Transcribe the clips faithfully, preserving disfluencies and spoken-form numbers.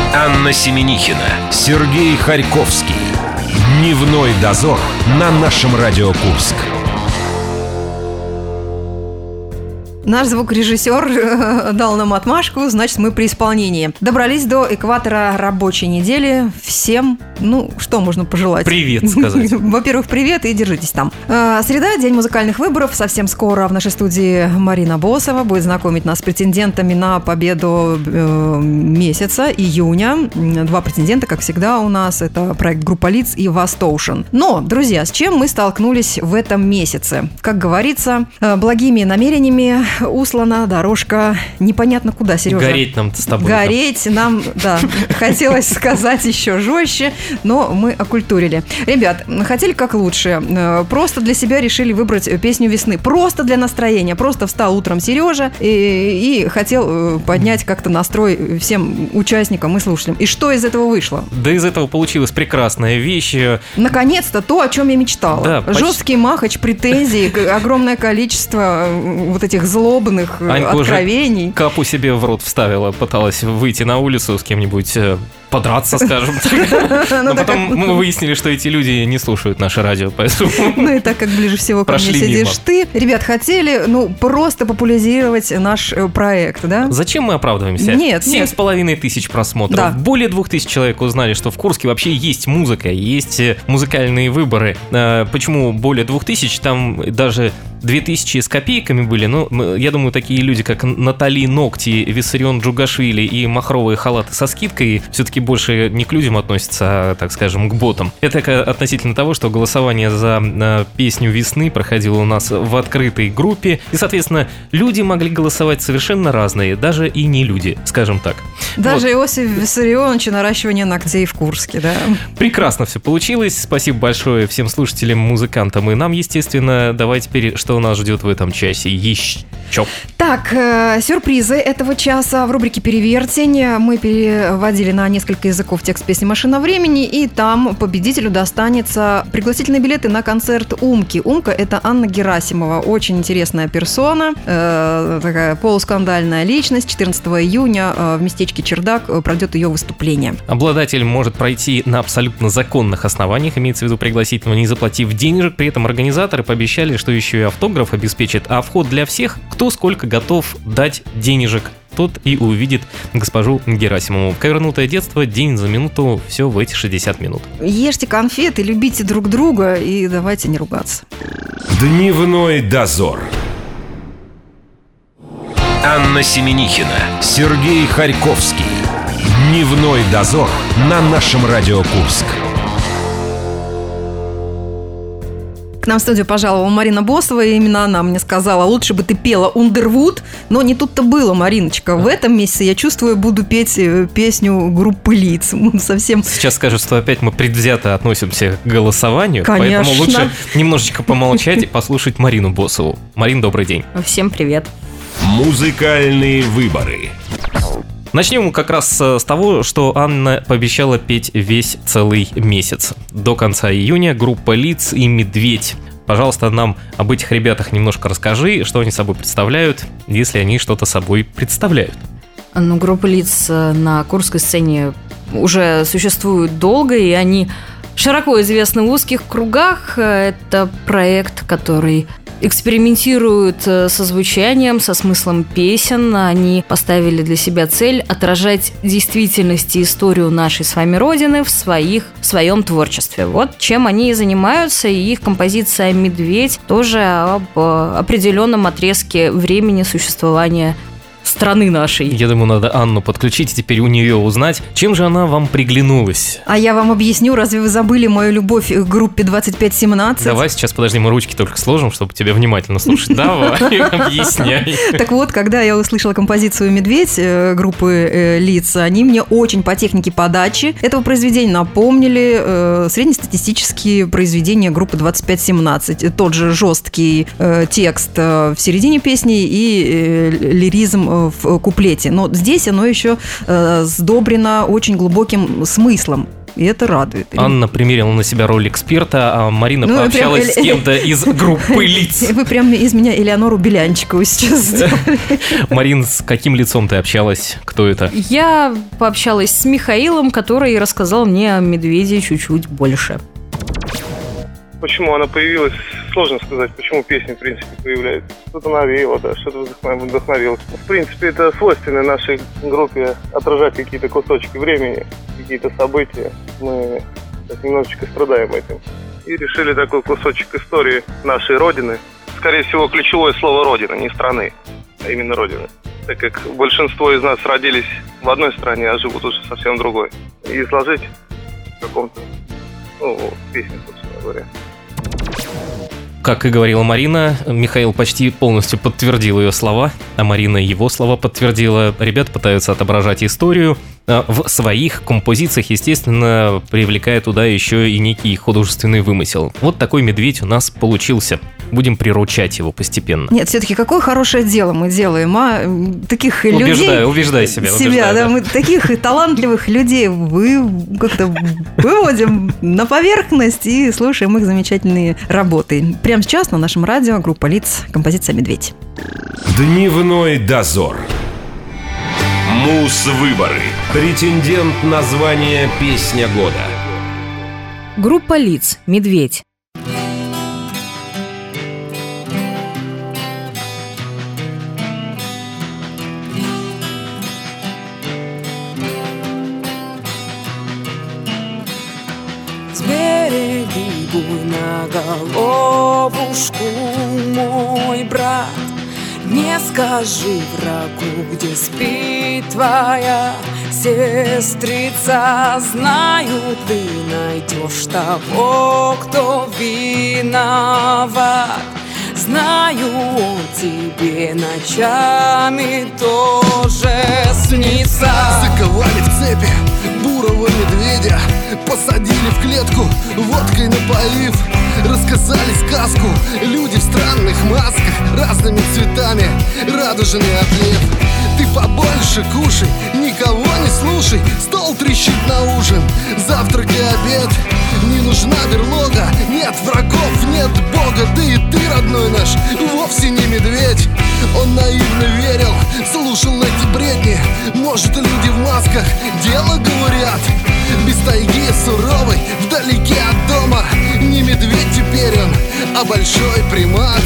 Анна Семенихина, Сергей Харьковский. Дневной дозор на нашем Радио Курск. Наш звукорежиссер дал нам отмашку, значит, мы при исполнении. Добрались до экватора рабочей недели. Всем, ну, что можно пожелать? Привет сказать. Во-первых, привет и держитесь там. Среда, день музыкальных выборов. Совсем скоро в нашей студии Марина Босова будет знакомить нас с претендентами на победу месяца, июня. Два претендента, как всегда, у нас. Это проект «Группа лиц» и «Востошен». Но, друзья, с чем мы столкнулись в этом месяце? Как говорится, благими намерениями услана дорожка непонятно куда, Сережа. Гореть нам-то с тобой. Гореть там. нам, да, хотелось сказать еще жестче, но мы окультурили. Ребят, хотели как лучше. Просто для себя решили выбрать песню весны. Просто для настроения. Просто встал утром Сережа и, и хотел поднять как-то настрой всем участникам и слушателям. И что из этого вышло? Да из этого получилась прекрасная вещь. Наконец-то то, о чем я мечтала. Да, почти... Жесткий махач, претензий, огромное количество вот этих злобных Анька откровений. Уже капу себе в рот вставила, пыталась выйти на улицу с кем-нибудь, подраться, скажем так. Но потом мы выяснили, что эти люди не слушают наше радио, поэтому... Ну и так как ближе всего ко мне сидишь ты. Ребят, хотели, ну, просто популяризировать наш проект, да? Зачем мы оправдываемся? Нет, Семь с половиной тысяч просмотров. Да. Более двух тысяч человек узнали, что в Курске вообще есть музыка, есть музыкальные выборы. Почему более двух тысяч? Там даже две тысячи с копейками были. Ну, я думаю, такие люди, как Натали Ногти, Виссарион Джугашвили и махровые халаты со скидкой все-таки больше не к людям относятся, а, так скажем, к ботам. Это относительно того, что голосование за а, песню весны проходило у нас в открытой группе, и, соответственно, люди могли голосовать совершенно разные, даже и не люди, скажем так. Даже вот. Иосиф Виссарионович наращивание ногтей в Курске, да? Прекрасно все получилось. Спасибо большое всем слушателям, музыкантам и нам, естественно. Давай теперь, что у нас ждет в этом часе еще. Так, э, сюрпризы этого часа в рубрике «Перевертень». Мы переводили на несколько языков текст песни «Машина времени», и там победителю достанется пригласительные билеты на концерт Умки. Умка – это Анна Герасимова, очень интересная персона, э, такая полускандальная личность. четырнадцатого июня э, в местечке Чердак пройдет ее выступление. Обладатель может пройти на абсолютно законных основаниях, имеется в виду пригласительного, не заплатив денежек. При этом организаторы пообещали, что еще и автограф обеспечат, а вход для всех, кто сколько готов дать денежек, тот и увидит госпожу Герасимову. Ковернутое детство, день за минуту, все в эти шестьдесят минут. Ешьте конфеты, любите друг друга и давайте не ругаться. Дневной дозор. Анна Семенихина, Сергей Харьковский. Дневной дозор на нашем Радио Курск. К нам в студию пожаловала Марина Босова, и именно она мне сказала: лучше бы ты пела «Underwood», но не тут-то было, Мариночка. В этом месяце, я чувствую, буду петь песню группы лиц. Совсем... Сейчас скажут, что опять мы предвзято относимся к голосованию. Конечно. Поэтому лучше немножечко помолчать и послушать Марину Босову. Марин, добрый день. Всем привет. Музыкальные выборы. Начнем как раз с того, что Анна пообещала петь весь целый месяц. До конца июня группа «Лиц» и «Медведь». Пожалуйста, нам об этих ребятах немножко расскажи, что они собой представляют, если они что-то собой представляют. Ну, группа «Лиц» на курской сцене уже существует долго, и они широко известны в узких кругах. Это проект, который экспериментируют со звучанием, со смыслом песен. Они поставили для себя цель отражать действительность и историю нашей с вами Родины в, своих, в своем творчестве. Вот чем они и занимаются, и их композиция «Медведь» тоже об определенном отрезке времени существования страны нашей. Я думаю, надо Анну подключить и теперь у нее узнать, чем же она вам приглянулась. А я вам объясню, разве вы забыли мою любовь к группе двадцать пять семнадцать? Давай сейчас, подожди, мы ручки только сложим, чтобы тебя внимательно слушать. Давай, объясняй. Так вот, когда я услышала композицию «Медведь» группы «Лиц», они мне очень по технике подачи этого произведения напомнили среднестатистические произведения группы двадцать пять семнадцать. Тот же жесткий текст в середине песни и лиризм в куплете. Но здесь оно еще э, сдобрено очень глубоким смыслом. и это радует. Анна примерила на себя роль эксперта, а Марина ну, пообщалась прям... с кем-то из группы лиц. Вы прям из меня Элеонору Белянчикову сейчас сделали. Марин, с каким лицом ты общалась? Кто это? Я пообщалась с Михаилом, который рассказал мне о медведе чуть-чуть больше. Почему она появилась, сложно сказать, почему песни, в принципе, появляются. Что-то навеяло, да, что-то вдохновилось. В принципе, это свойственно нашей группе отражать какие-то кусочки времени, какие-то события. Мы так, немножечко страдаем этим. И решили такой кусочек истории нашей Родины. Скорее всего, ключевое слово «Родина», не страны, а именно Родины. Так как большинство из нас родились в одной стране, а живут уже совсем в другой. И изложить в каком-то, ну, песне, собственно говоря. Как и говорила Марина, Михаил почти полностью подтвердил ее слова, а Марина его слова подтвердила. Ребята пытаются отображать историю в своих композициях, естественно, привлекая туда еще и некий художественный вымысел. Вот такой медведь у нас получился. Будем приручать его постепенно. Нет, все-таки какое хорошее дело мы делаем, а? Таких убеждай, людей... Убеждай себя. Себя, убеждай, да, да. Мы таких талантливых людей вы как-то выводим на поверхность и слушаем их замечательные работы. Прямо сейчас на нашем радио группа лиц, композиция «Медведь». Дневной дозор. Муз-выборы. Претендент на звание «Песня года». Группа лиц «Медведь». Сбереги буйно головушку, мой брат. Не скажи врагу, где спит твоя сестрица. Знаю, ты найдешь того, кто виноват. Знаю, он тебе ночами тоже снится. Заковали в цепи бурого медведя, посадили в клетку, водкой напоив. Рассказали сказку люди в странных масках, разными цветами радужный отлив. Ты побольше кушай, никого не слушай, стол трещит на ужин, завтрак и обед. Не нужна берлога, нет врагов, нет Бога. Да и ты, родной наш, вовсе не медведь. Он наивно верил, слушал эти бредни. Может, люди в масках дело говорят. Без тайги суровой, вдалеке от дома. Не медведь теперь он, а большой примат.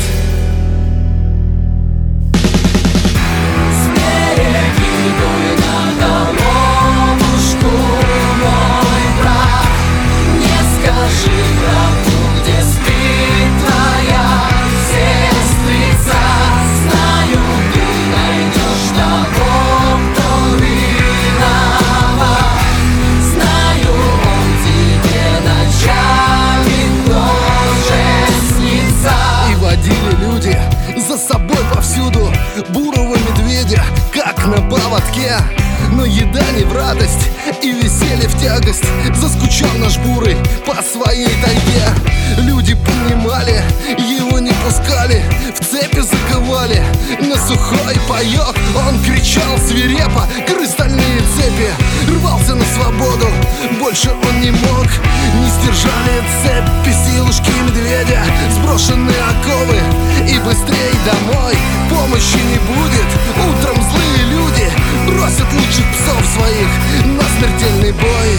Бурого медведя, как на поводке. Но еда не в радость и веселье в тягость. Заскучал наш бурый по своей тайге. Люди понимали, его не пускали, в цепи заковали на сухой паёк. Он кричал свирепо, грыз стальные цепи, рвался на свободу, больше он не мог. Не сдержали цепи силушки медведя, сброшенные оковы и быстрей домой. Помощи не будет, утром злые люди бросят лучших псов своих на смертельный бой.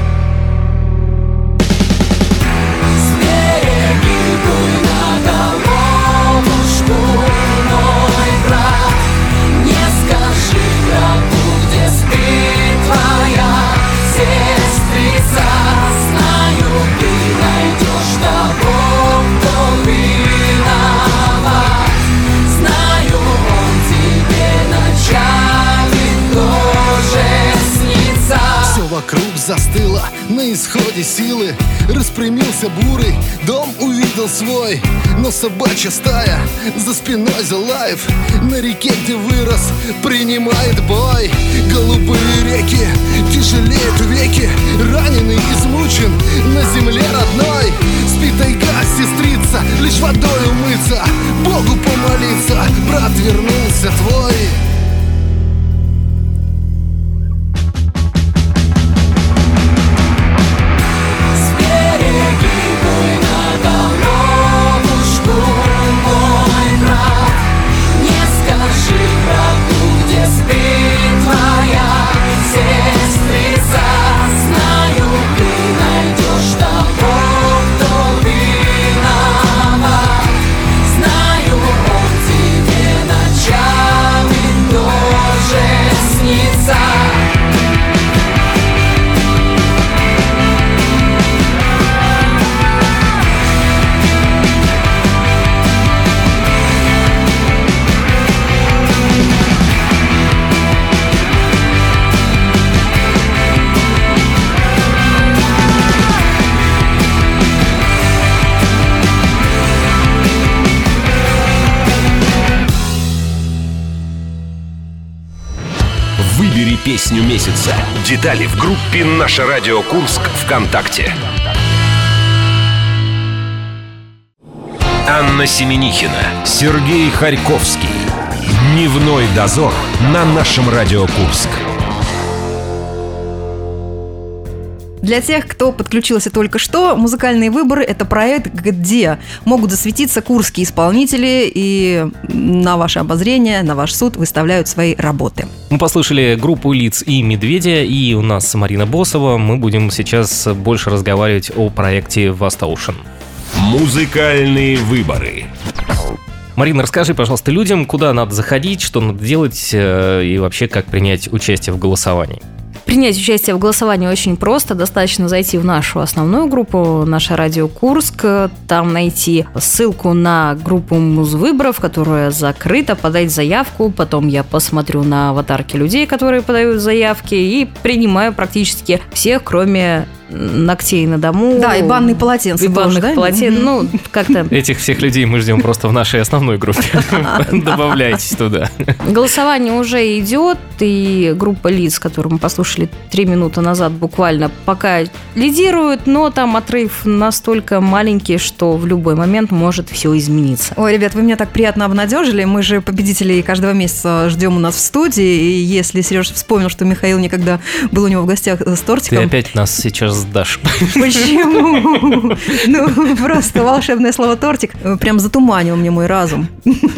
Вокруг застыло на исходе силы. Распрямился бурый, дом увидел свой. Но собачья стая за спиной залаев на реке, где вырос, принимает бой. Голубые реки тяжелеют веки, раненый, измучен на земле родной. Спит тайга, сестрица, лишь водой умыться, Богу помолиться, брат вернулся твой. песню месяца. Детали в группе «Наше радио Курск» ВКонтакте. Анна Семенихина, Сергей Харьковский. Дневной дозор на нашем радио Курск. Для тех, кто подключился только что, «Музыкальные выборы» — это проект, где могут засветиться курские исполнители и на ваше обозрение, на ваш суд выставляют свои работы. Мы послушали группу «Лиц» и «Медведя», и у нас Марина Босова. Мы будем сейчас больше разговаривать о проекте «Востаушен». «Музыкальные выборы». Марина, расскажи, пожалуйста, людям, куда надо заходить, что надо делать и вообще как принять участие в голосовании. Принять участие в голосовании очень просто. Достаточно зайти в нашу основную группу «Наше радио Курск», там найти ссылку на группу музвыборов, которая закрыта, подать заявку. Потом я посмотрю на аватарки людей, которые подают заявки, и принимаю практически всех, кроме ногтей на дому. Да, и банные полотенца. И банных да? полотенец. Ну, как-то... Этих всех людей мы ждем просто в нашей основной группе. Добавляйтесь туда. Голосование уже идет, и группа «Лиц», которую мы послушали три минуты назад буквально, пока лидирует, но там отрыв настолько маленький, что в любой момент может все измениться. Ой, ребят, вы меня так приятно обнадежили. Мы же победителей каждого месяца ждем у нас в студии. И если Сереж вспомнил, что Михаил никогда был у него в гостях с тортиком... Ты опять нас сейчас сдашь. Почему? Ну, просто волшебное слово «тортик» прям затуманил мне мой разум.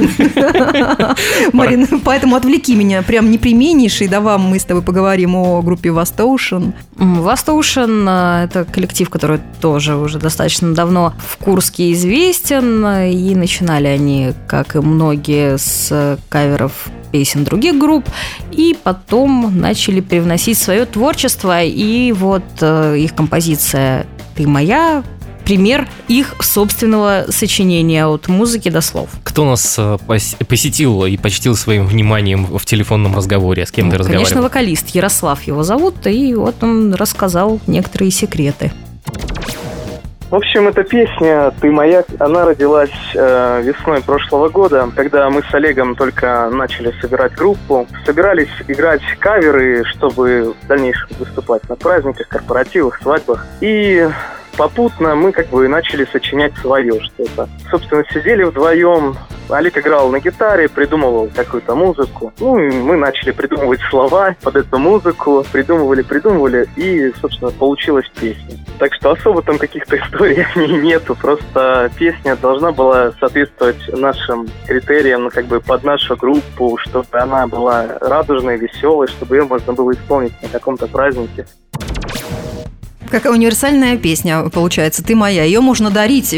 Марина, поэтому отвлеки меня прям непременнейший. Давай мы с тобой поговорим о группе «Востаушен». «Востаушен» — это коллектив, который тоже уже достаточно давно в Курске известен. И начинали они, как и многие, с каверов песен других групп, и потом начали привносить свое творчество, и вот э, их композиция «Ты моя» — пример их собственного сочинения от музыки до слов. Кто нас посетил и почтил своим вниманием в телефонном разговоре? С кем ну, ты разговаривал? Конечно, вокалист Ярослав его зовут, и вот он рассказал некоторые секреты. В общем, эта песня «Ты моя», она родилась э, весной прошлого года, когда мы с Олегом только начали собирать группу. Собирались играть каверы, чтобы в дальнейшем выступать на праздниках, корпоративах, свадьбах. И попутно мы как бы начали сочинять свое что-то. Собственно, сидели вдвоем. Олег играл на гитаре, придумывал какую-то музыку. Ну, и мы начали придумывать слова под эту музыку. Придумывали, придумывали, и, собственно, получилась песня. Так что особо там каких-то историй нету. Просто песня должна была соответствовать нашим критериям, ну, как бы под нашу группу, чтобы она была радужной, веселой, чтобы ее можно было исполнить на каком-то празднике. Какая универсальная песня получается «Ты моя». Ее можно дарить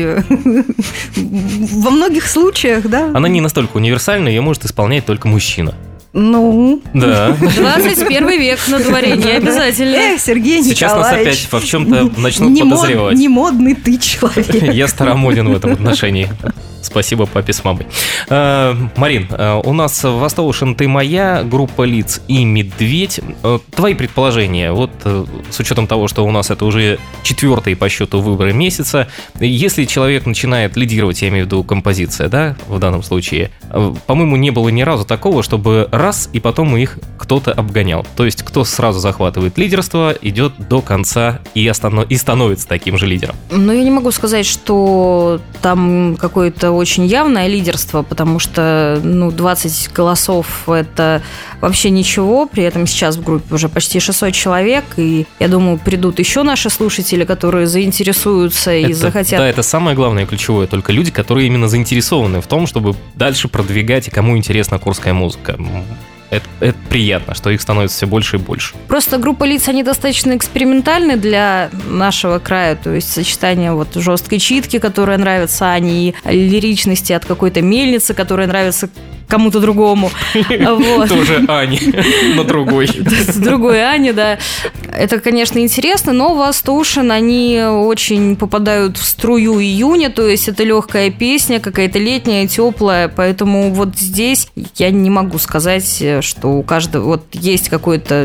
во многих случаях, да? Она не настолько универсальна, ее может исполнять только мужчина. Ну, да. двадцать первый век на дворе, не обязательно. Эх, Сергей Сейчас Николаевич, нас опять в чем-то начнут не подозревать. Мод, не модный ты человек. Я старомоден в этом отношении. Спасибо папе с мамой. Э, Марин, э, у нас «Востаушен», «Ты моя», группа «Лиц» и «Медведь». Э, твои предположения, вот э, с учетом того, что у нас это уже четвертые по счету выборы месяца, если человек начинает лидировать, я имею в виду композиция, да, в данном случае, э, по-моему, не было ни разу такого, чтобы раз, и потом их кто-то обгонял. То есть, кто сразу захватывает лидерство, идет до конца и, останов... и становится таким же лидером. Ну, я не могу сказать, что там какое-то очень явное лидерство, потому что, ну, двадцать голосов – это вообще ничего. При этом сейчас в группе уже почти шестьсот человек, и я думаю, придут еще наши слушатели, которые заинтересуются и это, захотят. Да, это самое главное, ключевое. Только люди, которые именно заинтересованы в том, чтобы дальше продвигать и кому интересна курская музыка. Это, это приятно, что их становится все больше и больше. Просто группа «Лиц», они достаточно экспериментальны для нашего края. То есть сочетание вот жесткой читки, которая нравится Ане, и лиричности от какой-то мельницы, которая нравится кому-то другому. Тоже Ане, но другой. Другой Ане, да. Это, конечно, интересно, но «Востаушен», они очень попадают в струю июня, то есть это легкая песня, какая-то летняя, теплая, поэтому вот здесь я не могу сказать, что у каждого вот есть какой-то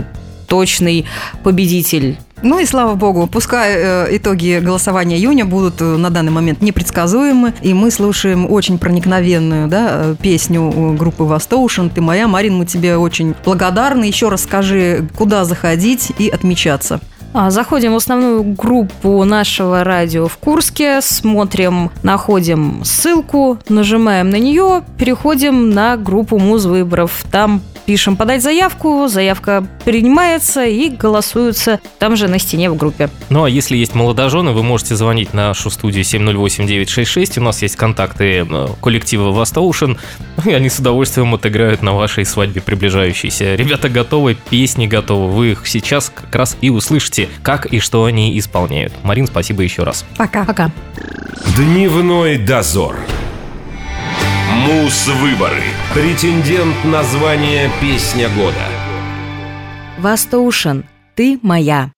точный победитель. Ну и слава богу, пускай э, итоги голосования июня будут э, на данный момент непредсказуемы, и мы слушаем очень проникновенную, да, песню группы Востоушен «Ты моя». Марин, мы тебе очень благодарны. Еще раз скажи, куда заходить и отмечаться. Заходим в основную группу нашего радио в Курске, смотрим, находим ссылку, нажимаем на нее, переходим на группу Музвыборов. Там пишем «подать заявку», заявка принимается и голосуется там же на стене в группе. Ну а если есть молодожены, вы можете звонить на нашу студию семь ноль восемь девять шесть шесть. У нас есть контакты коллектива Востоушен, и они с удовольствием отыграют на вашей свадьбе приближающейся. Ребята готовы, песни готовы, вы их сейчас как раз и услышите, как и что они исполняют. Марин, спасибо еще раз. Пока. Пока. Дневной дозор. Музвыборы. Претендент на звание «Песня года». Востоушен, ты моя.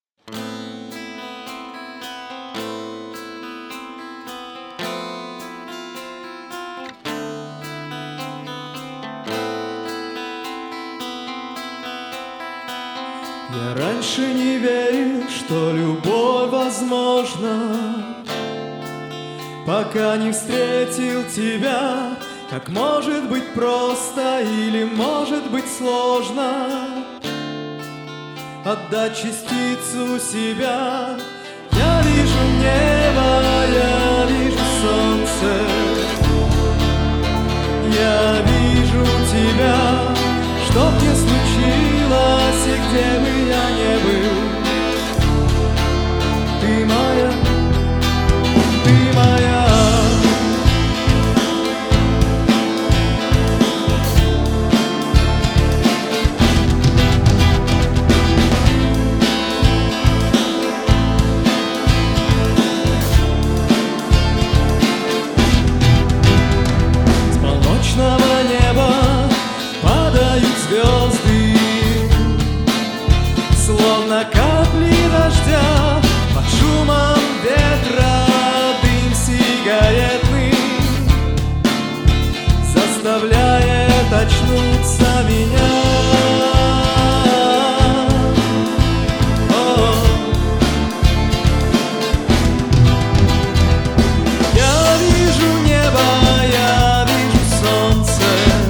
Я раньше не верил, что любовь возможна, пока не встретил тебя. Как может быть просто или может быть сложно отдать частицу себя? Я вижу небо, я вижу солнце, я вижу тебя. Что б ни случилось и где бы я ни был, ты моя, ты моя. Словно капли дождя, под шумом ветра дым сигаретный заставляет очнуться меня. О. Я вижу небо, я вижу солнце,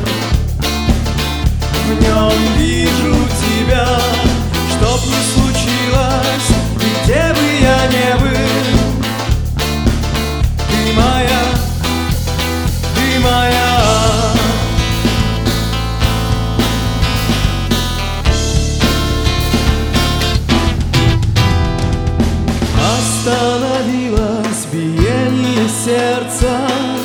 в нем вижу тебя. Что б ни случилось, и где бы я ни был, ты моя, ты моя. Остановилось биение сердца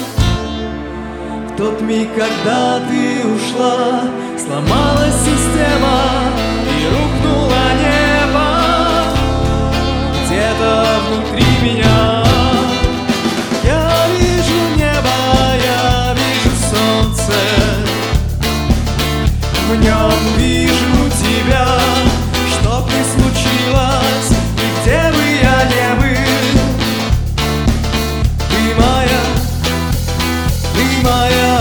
в тот миг, когда ты ушла. Сломалась система и рухнуло небо где-то внутри меня. Я вижу небо, я вижу солнце, в нем вижу тебя. Что б ни случилось, и где бы я ни был, ты моя, ты моя.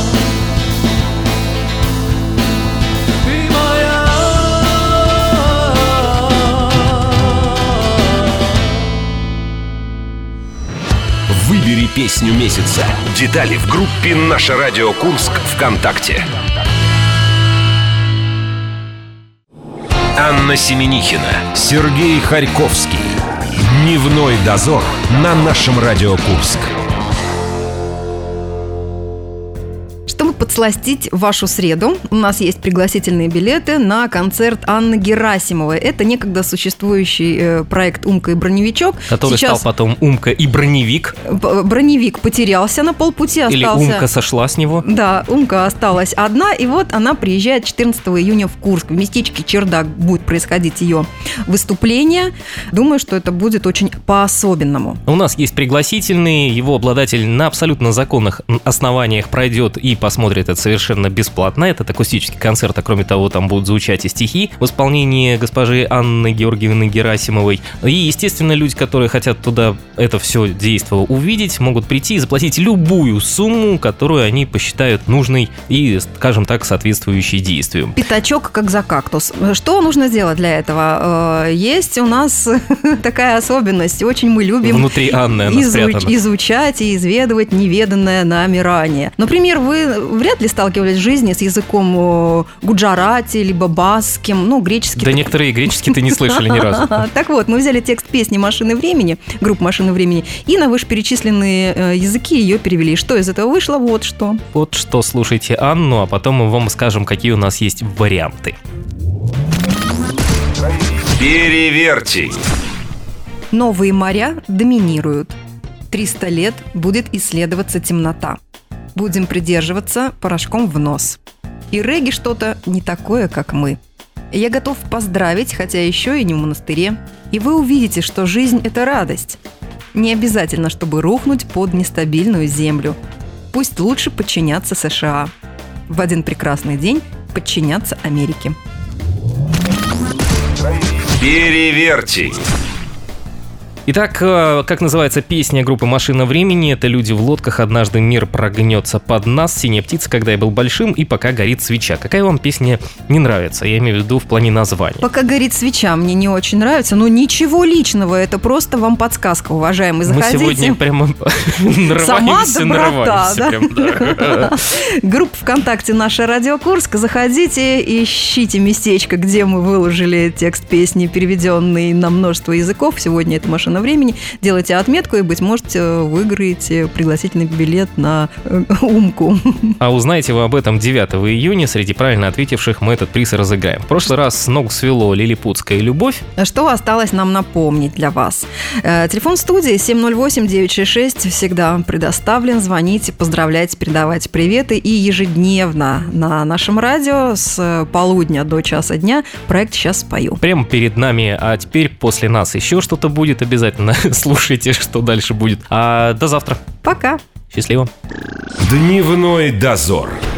Выбери песню месяца. Детали в группе «Наше радио Курск» ВКонтакте. Анна Семенихина, Сергей Харьковский. Дневной дозор на нашем радио Курск. Чтобы подсластить вашу среду, у нас есть пригласительные билеты на концерт Анны Герасимовой. Это некогда существующий э, проект «Умка и броневичок». Который Сейчас... стал потом «Умка и броневик». Броневик потерялся на полпути, остался... Или «Умка» сошла с него. Да, «Умка» осталась одна, и вот она приезжает четырнадцатого июня в Курск. В местечке Чердак будет происходить ее выступление. Думаю, что это будет очень по-особенному. У нас есть пригласительный, его обладатель на абсолютно законных основаниях пройдет и посмотрит смотрят это совершенно бесплатно. Это акустический концерт, а кроме того, там будут звучать и стихи в исполнении госпожи Анны Георгиевны Герасимовой. И, естественно, люди, которые хотят туда это все действо увидеть, могут прийти и заплатить любую сумму, которую они посчитают нужной и, скажем так, соответствующей действию. Пятачок как за кактус. Что нужно сделать для этого? Есть у нас такая особенность. Очень мы любим внутри Анны она изуч- изучать и изведывать неведанное нами ранее. Например, вы вряд ли сталкивались в жизни с языком гуджарати, либо баским, ну, греческий. Да некоторые греческие-то не слышали ни разу. Так вот, мы взяли текст песни «Машины времени», группа «Машины времени», и на вышеперечисленные языки ее перевели. Что из этого вышло? Вот что. Вот что, слушайте Анну, а потом мы вам скажем, какие у нас есть варианты. Переверьте. Новые моря доминируют. триста лет будет исследоваться темнота. Будем придерживаться порошком в нос. И регги что-то не такое, как мы. Я готов поздравить, хотя еще и не в монастыре. И вы увидите, что жизнь – это радость. Не обязательно, чтобы рухнуть под нестабильную землю. Пусть лучше подчиняться США. В один прекрасный день подчиняться Америке. Переверьте. Итак, как называется песня группы «Машина времени»? Это «Люди в лодках, однажды мир прогнется под нас», «Синяя птица, когда я был большим» и «Пока горит свеча». Какая вам песня не нравится? Я имею в виду в плане названия. «Пока горит свеча» мне не очень нравится, но ничего личного, это просто вам подсказка, уважаемые. Заходите. Мы сегодня прямо нарываемся, нарываемся. Группа ВКонтакте «Наша Радио Курск». Заходите, ищите местечко, где мы выложили текст песни, переведенный на множество языков. Сегодня это «Машина времени». Делайте отметку и, быть может, выиграете пригласительный билет на Умку. А узнаете вы об этом девятого июня. Среди правильно ответивших мы этот приз и разыграем. В прошлый раз ногу свело «Лилипутская любовь». Что осталось нам напомнить для вас? Телефон студии семь ноль восемь девять шесть шесть всегда предоставлен. Звоните, поздравляйте, передавайте приветы. И ежедневно на нашем радио с полудня до часа дня проект «Сейчас спою». Прямо перед нами, а теперь после нас еще что-то будет. Обязательно слушайте, что дальше будет. А до завтра. Пока. Счастливо. Дневной дозор.